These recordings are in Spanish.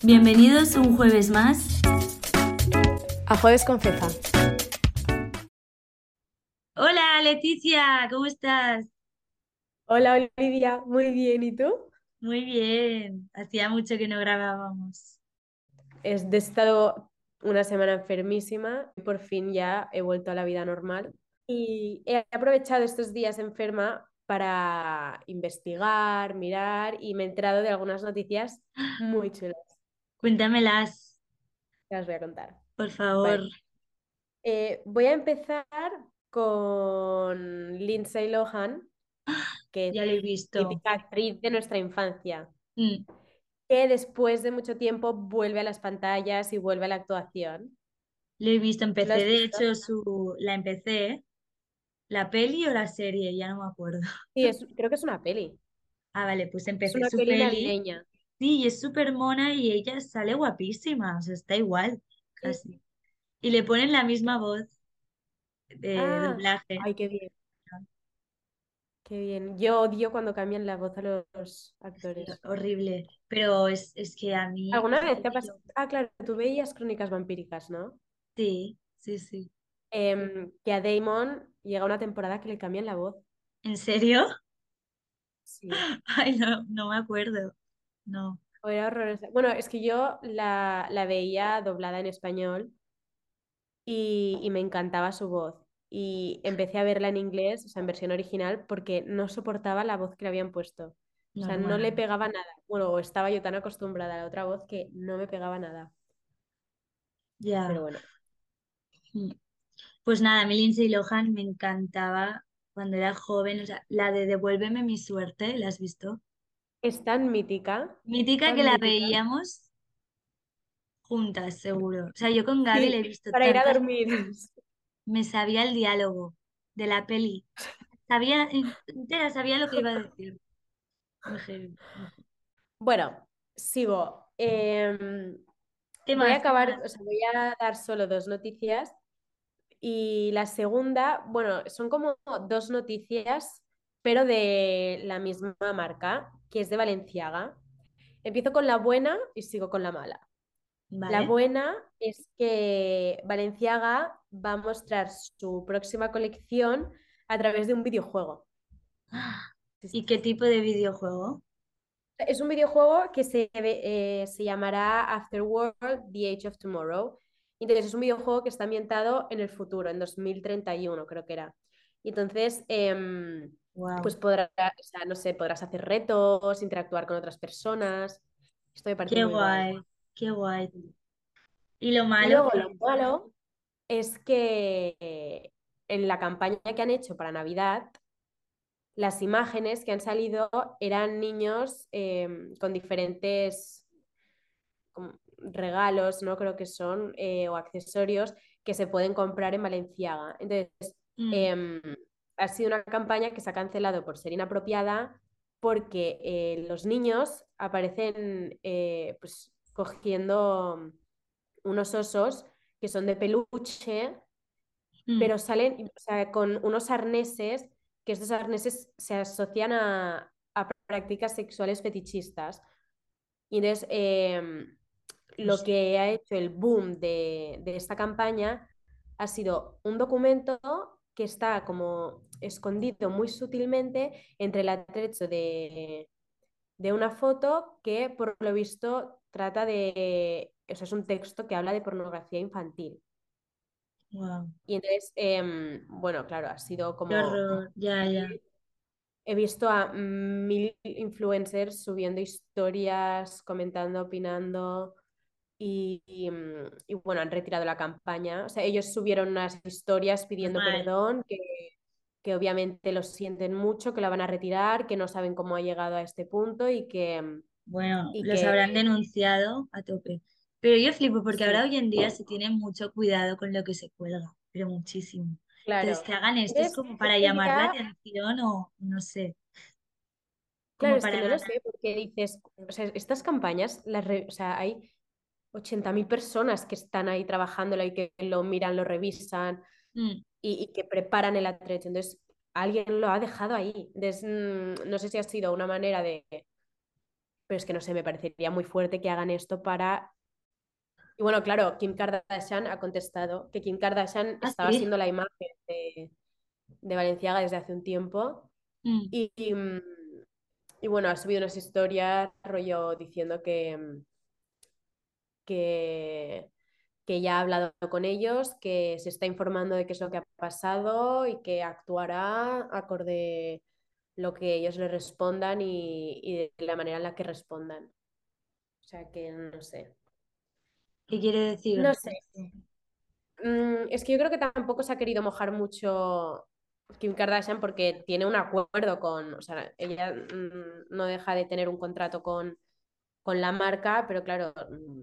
Bienvenidos un jueves más. A Jueves con Fefa. Hola Leticia, ¿cómo estás? Hola Olivia, muy bien, ¿y tú? Muy bien, hacía mucho que no grabábamos. He estado una semana enfermísima y por fin ya he vuelto a la vida normal. Y he aprovechado estos días enferma para investigar, mirar y me he enterado de algunas noticias muy chulas. Cuéntamelas, Que os voy a contar. por favor. Vale. Voy a empezar con Lindsay Lohan, que es Ya lo he visto. típica actriz de nuestra infancia, Mm, que después de mucho tiempo vuelve a las pantallas y vuelve a la actuación. lo he visto, ¿Tú lo empecé has de visto? hecho la empecé, la peli o la serie, ya no me acuerdo. Sí, creo que es una peli. Ah, vale, pues Es empecé una su peli peli. navideña. Sí, y es súper mona y ella sale guapísima, o sea, está igual, Sí. casi. Y le ponen la misma voz de Ah, doblaje. ay, qué bien, qué bien. Yo odio cuando cambian la voz a los Sí, actores. horrible, pero es que a mí, o ¿Alguna sea, vez te ha pasado? Ah, claro, tú veías Crónicas Vampíricas, ¿no? sí, sí, sí. Que a Damon llega una temporada que le cambian la voz. ¿En serio? Sí. Ay, no, no me acuerdo. No, O era horrorosa. Bueno, es que yo la veía doblada en español y me encantaba su voz. Y empecé a verla en inglés, o sea, en versión original, porque no soportaba la voz que le habían puesto. O sea, no le normal. pegaba nada. Bueno, o estaba yo tan acostumbrada a la otra voz que no me pegaba nada. Pero Ya. bueno, Mm. Pues nada, a mí Lindsay Lohan me encantaba cuando era joven. O sea, la de Devuélveme mi suerte, ¿la has visto? Mítica que tan la mítica. veíamos juntas, seguro. O sea, yo con Gaby la he Sí, visto para ir a tantas. dormir. Me sabía el diálogo de la peli. Sabía, entera, sabía lo que iba a decir. Muy heavy. Bueno, sigo. ¿Qué Voy a más? ¿Qué acabar, más? o sea, voy a dar solo dos noticias. Y la segunda, bueno, son como dos noticias, pero de la misma marca, que es de Balenciaga. Empiezo con la buena y sigo con la mala. La Vale. buena es que Balenciaga va a mostrar su próxima colección a través de un videojuego. Sí, ¿Y sí. qué tipo de videojuego? Es un videojuego que se llamará Afterworld, The Age of Tomorrow. Entonces, es un videojuego que está ambientado en el futuro, en 2031 creo que era. Y entonces, Wow. pues podrás, o sea, no sé, podrás hacer retos, interactuar con otras personas. Esto me parece Qué muy guay. guay, qué guay. ¿Y lo Y malo luego qué lo es? malo es que en la campaña que han hecho para Navidad, las imágenes que han salido eran niños con diferentes como regalos, ¿no? Creo que son, o accesorios que se pueden comprar en Valenciaga. Entonces, Mm, eh, ha sido una campaña que se ha cancelado por ser inapropiada porque los niños aparecen pues, cogiendo unos osos que son de peluche, mm, pero salen o sea, con unos arneses, que estos arneses se asocian a prácticas sexuales fetichistas. Y entonces, lo hostia, que ha hecho el boom de esta campaña ha sido un documento que está como escondido muy sutilmente entre el atrecho de una foto que por lo visto trata de, o sea, es un texto que habla de pornografía infantil. wow, Y entonces, bueno, claro, ha sido qué como... horror, ya, ya. He visto a mil influencers subiendo historias, comentando, opinando. Y bueno, han retirado la campaña. O sea, ellos subieron unas historias pidiendo Normal. perdón, que obviamente lo sienten mucho, que la van a retirar, que no saben cómo ha llegado a este punto Bueno, y los que habrán denunciado a tope. Pero yo flipo porque ahora sí, hoy en día se tiene mucho cuidado con lo que se cuelga, pero muchísimo. Entonces, claro. que hagan esto es Entonces, como para esto llamar la ya, atención o no sé, claro, como es que para no lo ganar. sé, porque dices, o sea, estas campañas, o sea, hay 80.000 personas que están ahí trabajándola y que lo miran, lo revisan Mm, y que preparan el atrecho. Entonces, alguien lo ha dejado ahí. Entonces, no sé si ha sido una manera de pero es que no sé, me parecería muy fuerte que hagan esto para... Y bueno, claro, Kim Kardashian ha contestado que Kim Kardashian Ah, estaba sí. siendo la imagen de Balenciaga desde hace un tiempo Mm. y, y bueno, ha subido unas historias rollo diciendo que, que ya ha hablado con ellos, que se está informando de qué es lo que ha pasado y que actuará acorde lo que ellos le respondan y de la manera en la que respondan. O sea que no sé. ¿Qué quiere No decir sé. esto? Es que yo creo que tampoco se ha querido mojar mucho Kim Kardashian porque tiene un acuerdo con, o sea, ella no deja de tener un contrato con la marca, pero claro,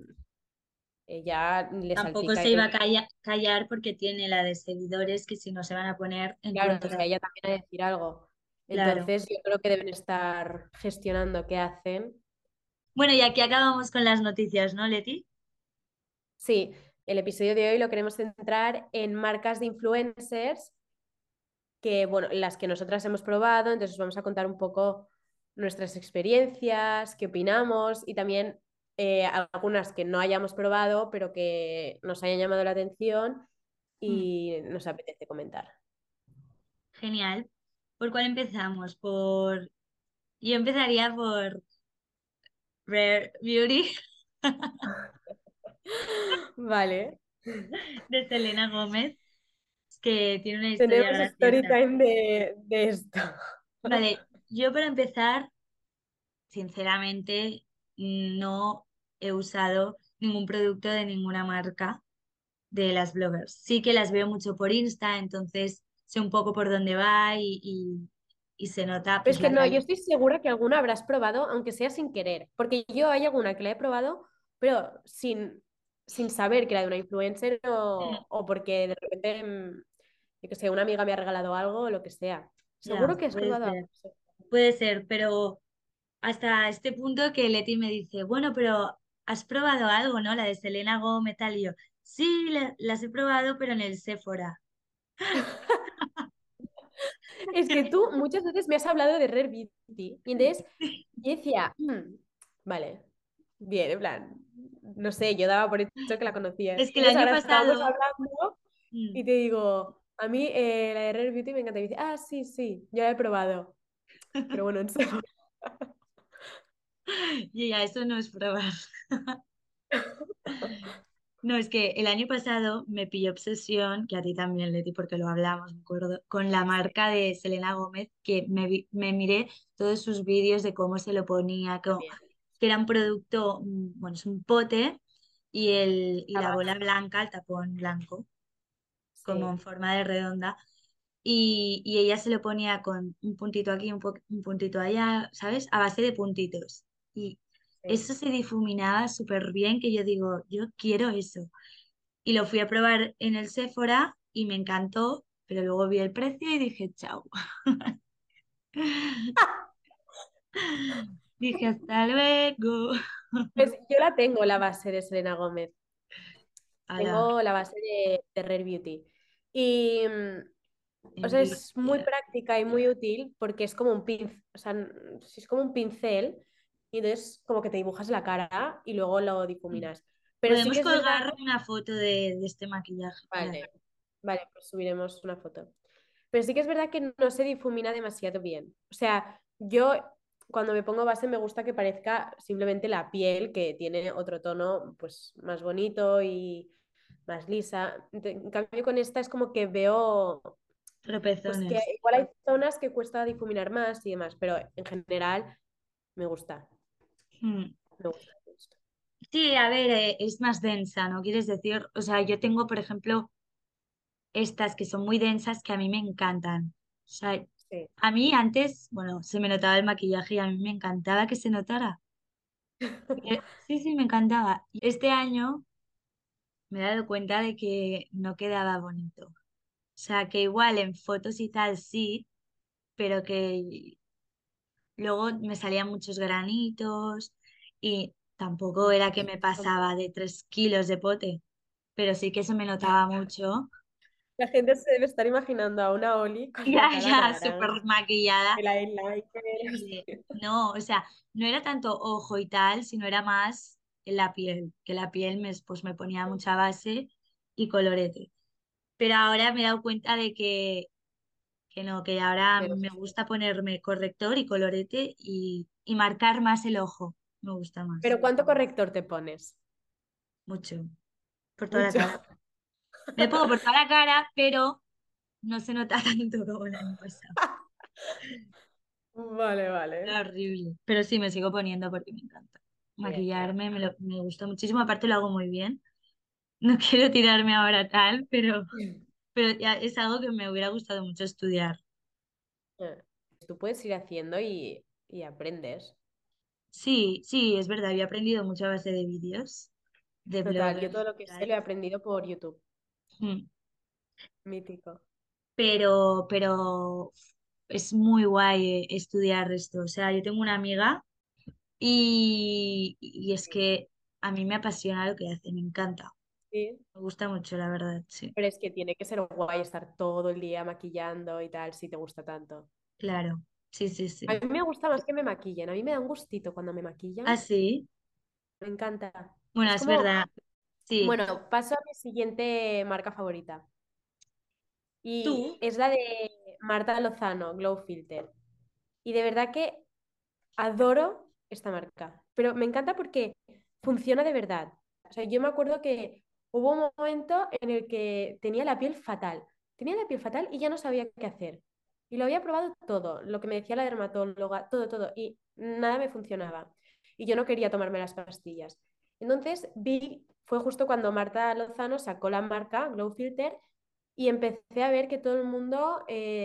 ella le Tampoco salpica se iba a el... callar porque tiene la de seguidores que si no se van a poner en Claro, o sea, contra. ella también ha de decir algo. Claro. Entonces, yo creo que deben estar gestionando qué hacen. Bueno, y aquí acabamos con las noticias, ¿no, Leti? Sí, el episodio de hoy lo queremos centrar en marcas de influencers que, bueno, las que nosotras hemos probado, entonces os vamos a contar un poco nuestras experiencias, qué opinamos y también algunas que no hayamos probado, pero que nos hayan llamado la atención Mm, y nos apetece comentar. genial. ¿Por cuál empezamos? Yo empezaría por Rare Beauty Vale, de Selena Gómez, que tiene una historia tenemos story graciosa. time de esto. Vale, yo para empezar, sinceramente, no he usado ningún producto de ninguna marca de las bloggers. Sí que las veo mucho por Insta, entonces sé un poco por dónde va y se nota Pero es pues que la no, yo calidad. estoy segura que alguna habrás probado, aunque sea sin querer, porque yo hay alguna que la he probado, pero sin saber que era de una influencer o porque de repente, yo que sé, una amiga me ha regalado algo o lo que sea. Ya, Seguro que has probado algo. puede ser, pero hasta este punto que Leti me dice, bueno, pero has probado algo, ¿no? La de Selena Gómez, tal, y yo, sí, las he probado, pero en el Sephora. Es que tú muchas veces me has hablado de Rare Beauty y entonces yo decía, vale, bien, en plan, no sé, yo daba por hecho que la conocías. Es que Y el entonces año ahora estábamos pasado, hablando mm, y te digo, a mí la de Rare Beauty me encanta. Y me dice, ah, sí, sí, yo la he probado. Pero bueno, en serio. yo ya, eso no es probar. No, es que el año pasado me pilló obsesión, que a ti también, Leti, porque lo hablamos, me acuerdo, con la Sí, sí, marca de Selena Gómez, que me miré todos sus vídeos de cómo se lo ponía, también. que era un producto, bueno, es un pote y La la bola base, blanca, el tapón blanco, como sí, en forma de redonda. Y ella se lo ponía con un puntito aquí, un puntito allá, ¿sabes? A base de puntitos. Y sí. eso se difuminaba súper bien, que yo digo, yo quiero eso. Y lo fui a probar en el Sephora y me encantó, pero luego vi el precio y dije, chao. Dije, hasta luego. Pues yo la tengo, la base de Selena Gómez. Ala, Tengo la base de Rare Beauty. Y, o sea, es muy envidia. práctica y muy útil porque es como un pincel, o sea, es como un pincel y entonces como que te dibujas la cara y luego lo difuminas. Pero sí Podemos que es verdad, colgar una foto de este maquillaje para vale, ver. vale, pues subiremos una foto. Pero sí que es verdad que no se difumina demasiado bien. O sea, yo cuando me pongo base me gusta que parezca simplemente la piel que tiene otro tono pues más bonito y más lisa. En cambio con esta es como que veo pues que Tropezones. igual hay zonas que cuesta difuminar más y demás, pero en general me gusta, Hmm. me gusta, me gusta. Sí, a ver, es más densa, ¿no? Quieres decir, o sea, yo tengo, por ejemplo, estas que son muy densas que a mí me encantan. O sea, Sí. a mí antes, bueno, se me notaba el maquillaje y a mí me encantaba que se notara. Sí, sí, me encantaba. Y este año me he dado cuenta de que no quedaba bonito. O sea, que igual en fotos y tal sí, pero que luego me salían muchos granitos y tampoco era que me pasaba de 3 kilos de pote, pero sí que se me notaba mucho. La gente se debe estar imaginando a una Oli con la Ya, cara ya, súper naranja, maquillada. el eyeliner. Horrible. No, o sea, no era tanto ojo y tal, sino era más en la piel, que la piel pues me ponía mucha base y colorete. Pero ahora me he dado cuenta de que no, que ahora Pero, me gusta ponerme corrector y colorete y marcar más el ojo. Me gusta más, pero ¿cuánto corrector te pones? mucho, por toda la Mucho. cara. Me pongo por toda la cara, pero no se nota tanto como el año pasado. Vale, Era vale. horrible. Pero sí, me sigo poniendo porque me encanta. Bien. Maquillarme me gusta muchísimo. Aparte lo hago muy bien. No quiero tirarme ahora tal, pero ya es algo que me hubiera gustado mucho estudiar. Eh, Tú puedes ir haciendo y aprendes. Sí, sí, es verdad. Había aprendido mucho a base de vídeos, de Total, yo bloggers todo y lo que sé tal. lo he aprendido por YouTube. Mm. Mítico. Pero es muy guay estudiar esto. O sea, yo tengo una amiga y es que a mí me apasiona lo que hace, me encanta. Sí, Me gusta mucho, la verdad, sí. pero es que tiene que ser guay estar todo el día maquillando y tal, si te gusta tanto. Claro, sí, sí, A sí. mí me gusta más que me maquillen, a mí me da un gustito cuando me Ah, maquillan, sí. me encanta. Bueno, Es es como, verdad. Sí. bueno, paso a mi siguiente marca favorita y Tú, es la de Marta Lozano, Glow Filter. Y de verdad que adoro esta marca, pero me encanta porque funciona de verdad. O sea, yo me acuerdo que hubo un momento en el que tenía la piel fatal. Tenía la piel fatal y ya no sabía qué hacer. Y lo había probado todo, lo que me decía la dermatóloga, todo, todo, y nada me funcionaba. Y yo no quería tomarme las pastillas. Entonces fue justo cuando Marta Lozano sacó la marca Glow Filter y empecé a ver que todo el mundo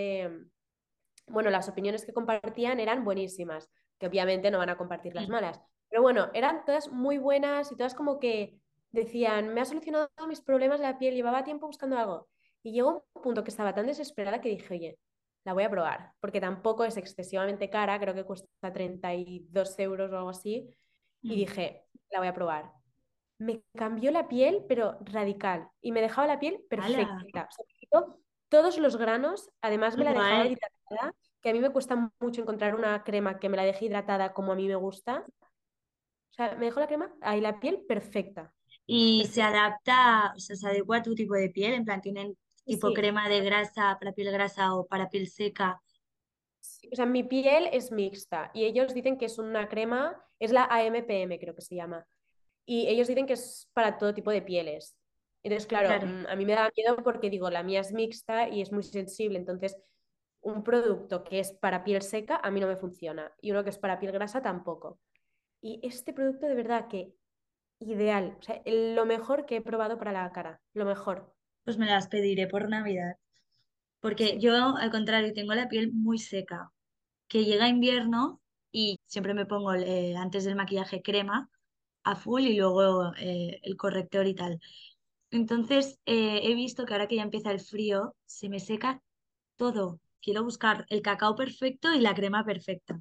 bueno, las opiniones que compartían eran buenísimas, que obviamente no van a compartir las mm, malas, pero bueno, eran todas muy buenas y todas como que decían, me ha solucionado mis problemas de la piel, llevaba tiempo buscando algo. Y llegó un punto que estaba tan desesperada que dije, oye, la voy a probar, porque tampoco es excesivamente cara, creo que cuesta 32 euros o algo así, y mm. dije, la voy a probar. Me cambió la piel, pero radical, y me dejaba la piel ¡Hala! perfecta. O sea, me quitó todos los granos, además Qué me la dejaba guay. hidratada, que a mí me cuesta mucho encontrar una crema que me la deje hidratada como a mí me gusta. O sea, me dejó la crema, ahí la piel perfecta, Y se perfecta. adapta, o sea, se adecua a tu tipo de piel, en plan, tienen Sí, tipo sí. crema de grasa para piel grasa o para piel seca. Sí, o sea, mi piel es mixta y ellos dicen que es una crema, es la AMPM creo que se llama, y ellos dicen que es para todo tipo de pieles. Entonces, claro, Claro, a mí me da miedo porque digo, la mía es mixta y es muy sensible, entonces un producto que es para piel seca a mí no me funciona y uno que es para piel grasa tampoco. Y este producto de verdad que ideal, o sea, lo mejor que he probado para la cara, lo mejor. pues me las pediré por Navidad. Porque Sí. yo, al contrario, tengo la piel muy seca, que llega invierno y siempre me pongo antes del maquillaje crema a full y luego el corrector y tal. Entonces, he visto que ahora que ya empieza el frío, se me seca todo. Quiero buscar el cacao perfecto y la crema perfecta.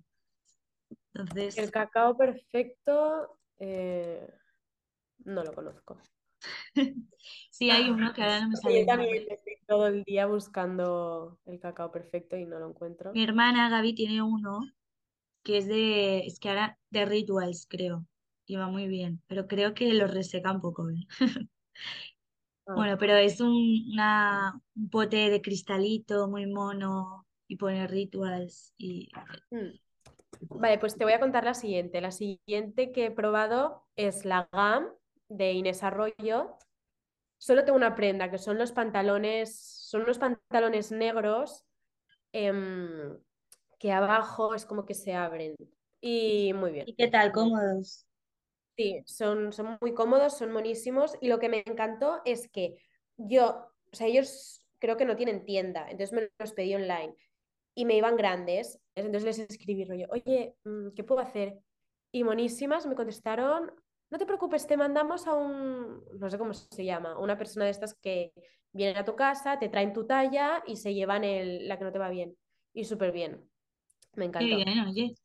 El Entonces, cacao perfecto, no lo conozco. sí hay uno que ahora no me Porque sale yo el también nombre. estoy todo el día buscando el cacao perfecto y no lo Mi encuentro. hermana Gaby tiene uno que es que ahora de Rituals, creo, y va muy bien, pero creo que lo reseca un poco, ¿eh? Ah. Bueno, pero es un pote de cristalito muy mono y pone Rituals y Mm. Vale, pues te voy a contar la siguiente. La siguiente que he probado es la GAM de Inés Arroyo. Solo tengo una prenda, que son unos pantalones negros em, que abajo es como que se abren. Y muy bien. ¿Y qué tal? ¿Cómodos? Sí, son muy cómodos, son monísimos. Y lo que me encantó es que o sea, ellos creo que no tienen tienda, entonces me los pedí online y me iban grandes. Entonces les escribí rollo, oye, ¿qué puedo hacer? Y monísimas me contestaron, no te preocupes, te mandamos a no sé cómo se llama, una persona de estas que vienen a tu casa, te traen tu talla y se llevan la que no te va bien. Y súper bien, me Qué encantó. bien, oye,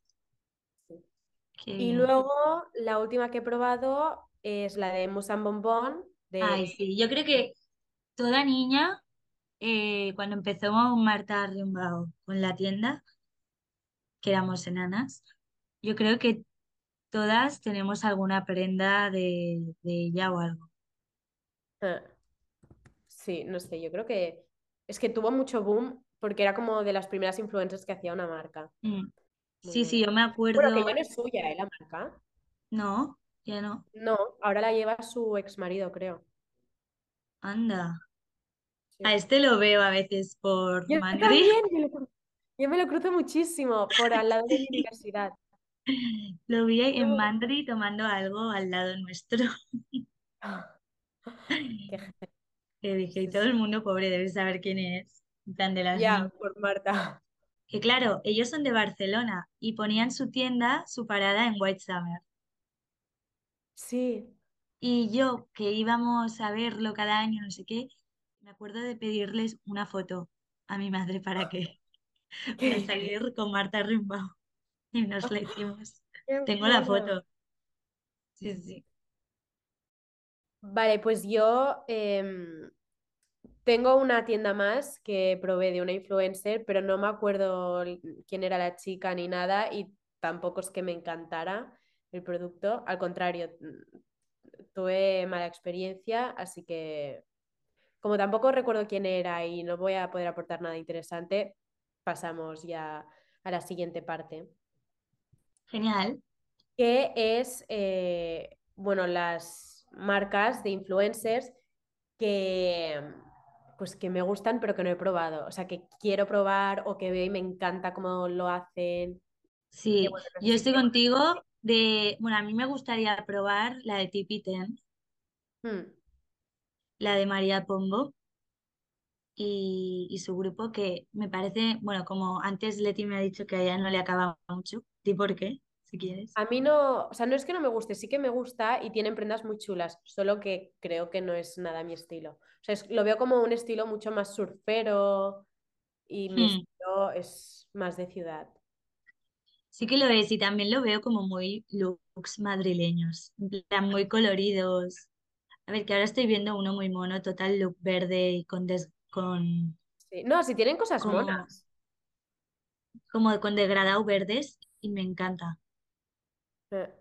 qué Y bien. luego la última que he probado es la de Mousse and Bonbon Ay, de... sí, yo creo que toda niña Cuando empezó Marta Rimbaud con la tienda, que éramos enanas, yo creo que todas tenemos alguna prenda de ella o algo. Ah, sí, no sé, yo creo que es que tuvo mucho boom porque era como de las primeras influencers que hacía una marca. Mm. Muy Sí, sí, mona. yo me Bueno, que acuerdo. ya no es suya, la marca. No, ya no. No, ahora la lleva su ex marido, creo. Anda. A Sí. este lo veo a veces por Yo Mandri. también, yo me lo cruzo muchísimo por al lado de mi universidad. Lo vi en Mandri tomando algo al lado nuestro. Qué gen- Que dije, y sí, todo el sí. mundo pobre debe saber quién es. En plan de las Ya, niñas. por Marta. Que claro, ellos son de Barcelona y ponían su tienda, su parada en White Summer. Sí. Y yo, que íbamos a verlo cada año, no sé qué, me acuerdo de pedirles una foto a mi madre para que, ¿Qué para dices? salir con Marta Rimbaud. Y nos la hicimos. Qué Tengo la mona. foto. Sí, sí. Vale, pues yo tengo una tienda más que probé de una influencer, pero no me acuerdo quién era la chica ni nada y tampoco es que me encantara el producto. Al contrario, tuve mala experiencia, así que como tampoco recuerdo quién era y no voy a poder aportar nada interesante, pasamos ya a la siguiente parte, Genial. que es, bueno, las marcas de influencers que, pues, que me gustan pero que no he probado. O sea, que quiero probar o que veo y me encanta cómo lo hacen. Que Sí, bueno, no sé yo si estoy te... contigo de, bueno, a mí me gustaría probar la de Tipi Ten, Hmm. la de María Pombo y su grupo que me parece, bueno, como antes Leti me ha dicho que a ella no le acaba mucho, di por qué, si quieres. A mí no, o sea, no es que no me guste, sí que me gusta y tienen prendas muy chulas, solo que creo que no es nada mi estilo. O sea, lo veo como un estilo mucho más surfero y mi Hmm, estilo es más de ciudad. sí que lo es y también lo veo como muy looks madrileños, en plan muy coloridos. A ver, que ahora estoy viendo uno muy mono, total look verde y Sí. No, si tienen cosas como, monas. como con degradado verdes y me encanta. Eh,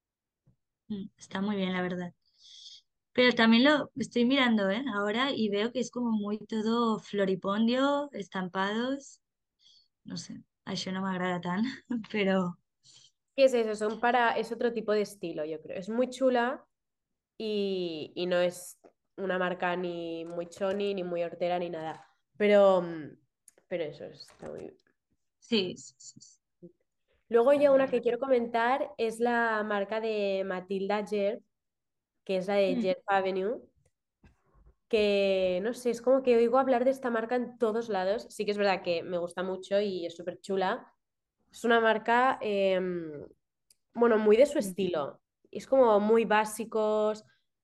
Está muy bien, la verdad. Pero también lo estoy mirando, ¿eh? Ahora y veo que es como muy todo floripondio, estampados. No sé, a eso no me agrada tan, pero ¿Qué es eso? Es otro tipo de estilo, yo creo. Es muy chula y no es una marca ni muy choni, ni muy hortera, ni nada. Pero, pero eso está muy bien. sí, sí, sí, sí, Luego está ya bien, una la que verdad. quiero comentar es la marca de Matilda Jerf, que es la de Mm, Jerf Avenue, que no sé, es como que oigo hablar de esta marca en todos lados. Sí que es verdad que me gusta mucho y es súper chula. Es una marca, bueno, muy de su estilo. Es como muy básicos,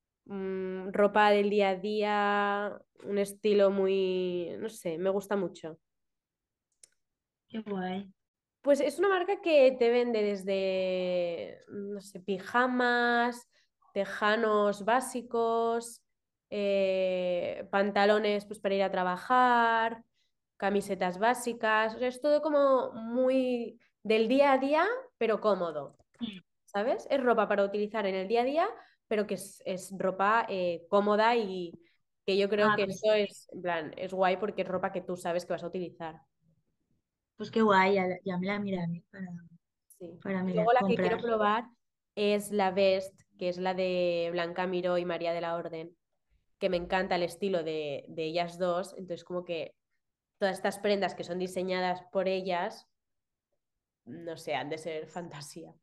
ropa del día a día, un estilo muy, no sé, me gusta mucho. qué guay. Pues es una marca que te vende desde, no sé, pijamas, tejanos básicos, pantalones pues, para ir a trabajar, camisetas básicas. O sea, es todo como muy del día a día, pero cómodo, Mm. ¿sabes? Es ropa para utilizar en el día a día, pero que es ropa cómoda y que yo creo Ah, que eso es, en plan, es guay porque es ropa que tú sabes que vas a utilizar. pues qué guay, ya, ya me la miraré Sí. para Y mirar, luego la que quiero comprar. probar es la Best, que es la de Blanca Miró y María de la Orden, que me encanta el estilo de ellas dos. Entonces, como que todas estas prendas que son diseñadas por ellas, no sé, han de ser fantasía.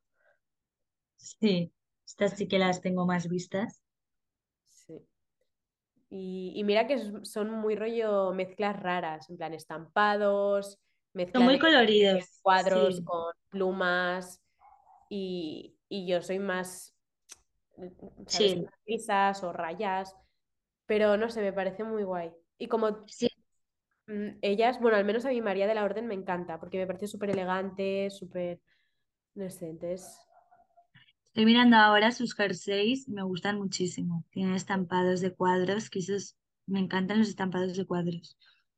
Sí, estas sí que las tengo más vistas. Sí. Y mira que son muy rollo mezclas raras, en plan estampados, Son mezcla muy de coloridos, cuadros sí. con plumas y yo soy más, ¿sabes? Chill. Lisas o rayas, pero no sé, me parece muy guay. Y como Sí, ellas, bueno, al menos a mí María de la Orden me encanta, porque me parece súper elegante, súper, no sé, entonces, estoy mirando ahora sus jerseys, me gustan muchísimo. Tienen estampados de cuadros, que esos me encantan los estampados de cuadros.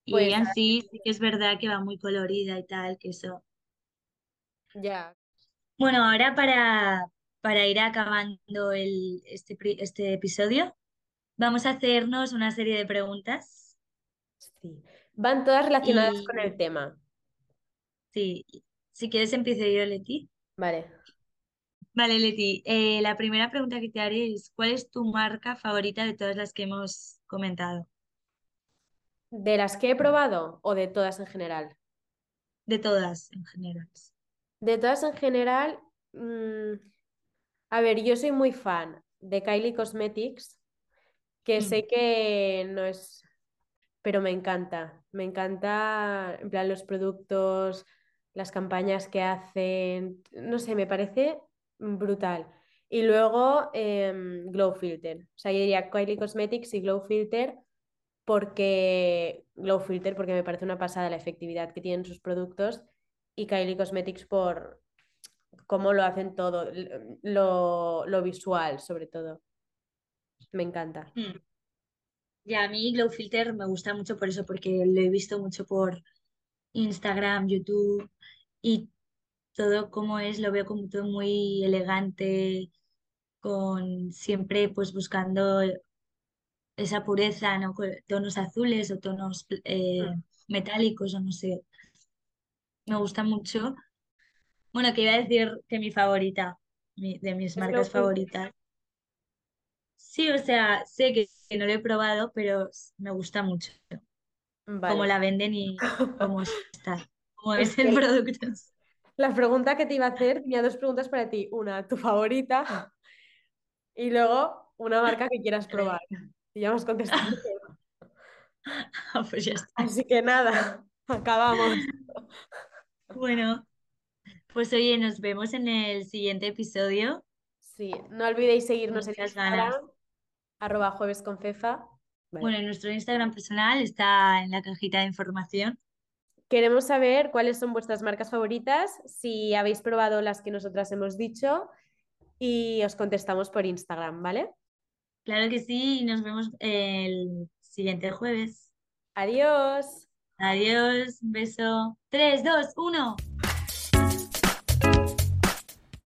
Y Pues ella en sí que es verdad que va muy colorida y tal, que eso. ya. Bueno, ahora para ir acabando este episodio, vamos a hacernos una serie de preguntas. Sí. Van todas relacionadas con Y el tema. sí, si quieres empiezo yo, Leti. Vale. Vale, Leti, la primera pregunta que te haré es, ¿cuál es tu marca favorita de todas las que hemos comentado? ¿De las que he probado o de todas en general? De todas, en general. De todas en general, a ver, yo soy muy fan de Kylie Cosmetics, que Mm, sé que no es, pero me encanta, en plan, los productos, las campañas que hacen, no sé, me parece brutal. Y luego Glow Filter, o sea, yo diría Kylie Cosmetics y Glow Filter porque me parece una pasada la efectividad que tienen sus productos y Kylie Cosmetics por cómo lo hacen todo, lo visual sobre todo, me encanta. mm. Y a mí Glow Filter me gusta mucho por eso, porque lo he visto mucho por Instagram, YouTube y todo como es, lo veo como todo muy elegante, con siempre pues buscando esa pureza, ¿no? Con tonos azules o tonos Mm. metálicos o no sé, me gusta mucho. Bueno, que iba a decir que mi favorita, de mis ¿Es Glow marcas Filter? favoritas. Sí, o sea, sé que no lo he probado, pero me gusta mucho cómo Vale. la venden y cómo está, cómo Es es el que producto. la pregunta que te iba a hacer, tenía dos preguntas para ti. Una, tu favorita y luego una marca que quieras probar. Y ya me has contestado. Pues ya está. Así que nada, acabamos. Bueno, pues oye, nos vemos en el siguiente episodio. Sí, no olvidéis Con seguirnos en muchas ganas. Instagram, @juevesconfefa. Vale. Bueno, en nuestro Instagram personal está en la cajita de información. Queremos saber cuáles son vuestras marcas favoritas, si habéis probado las que nosotras hemos dicho y os contestamos por Instagram, ¿vale? Claro que sí, y nos vemos el siguiente jueves. Adiós. Adiós, un beso. 3, 2, 1.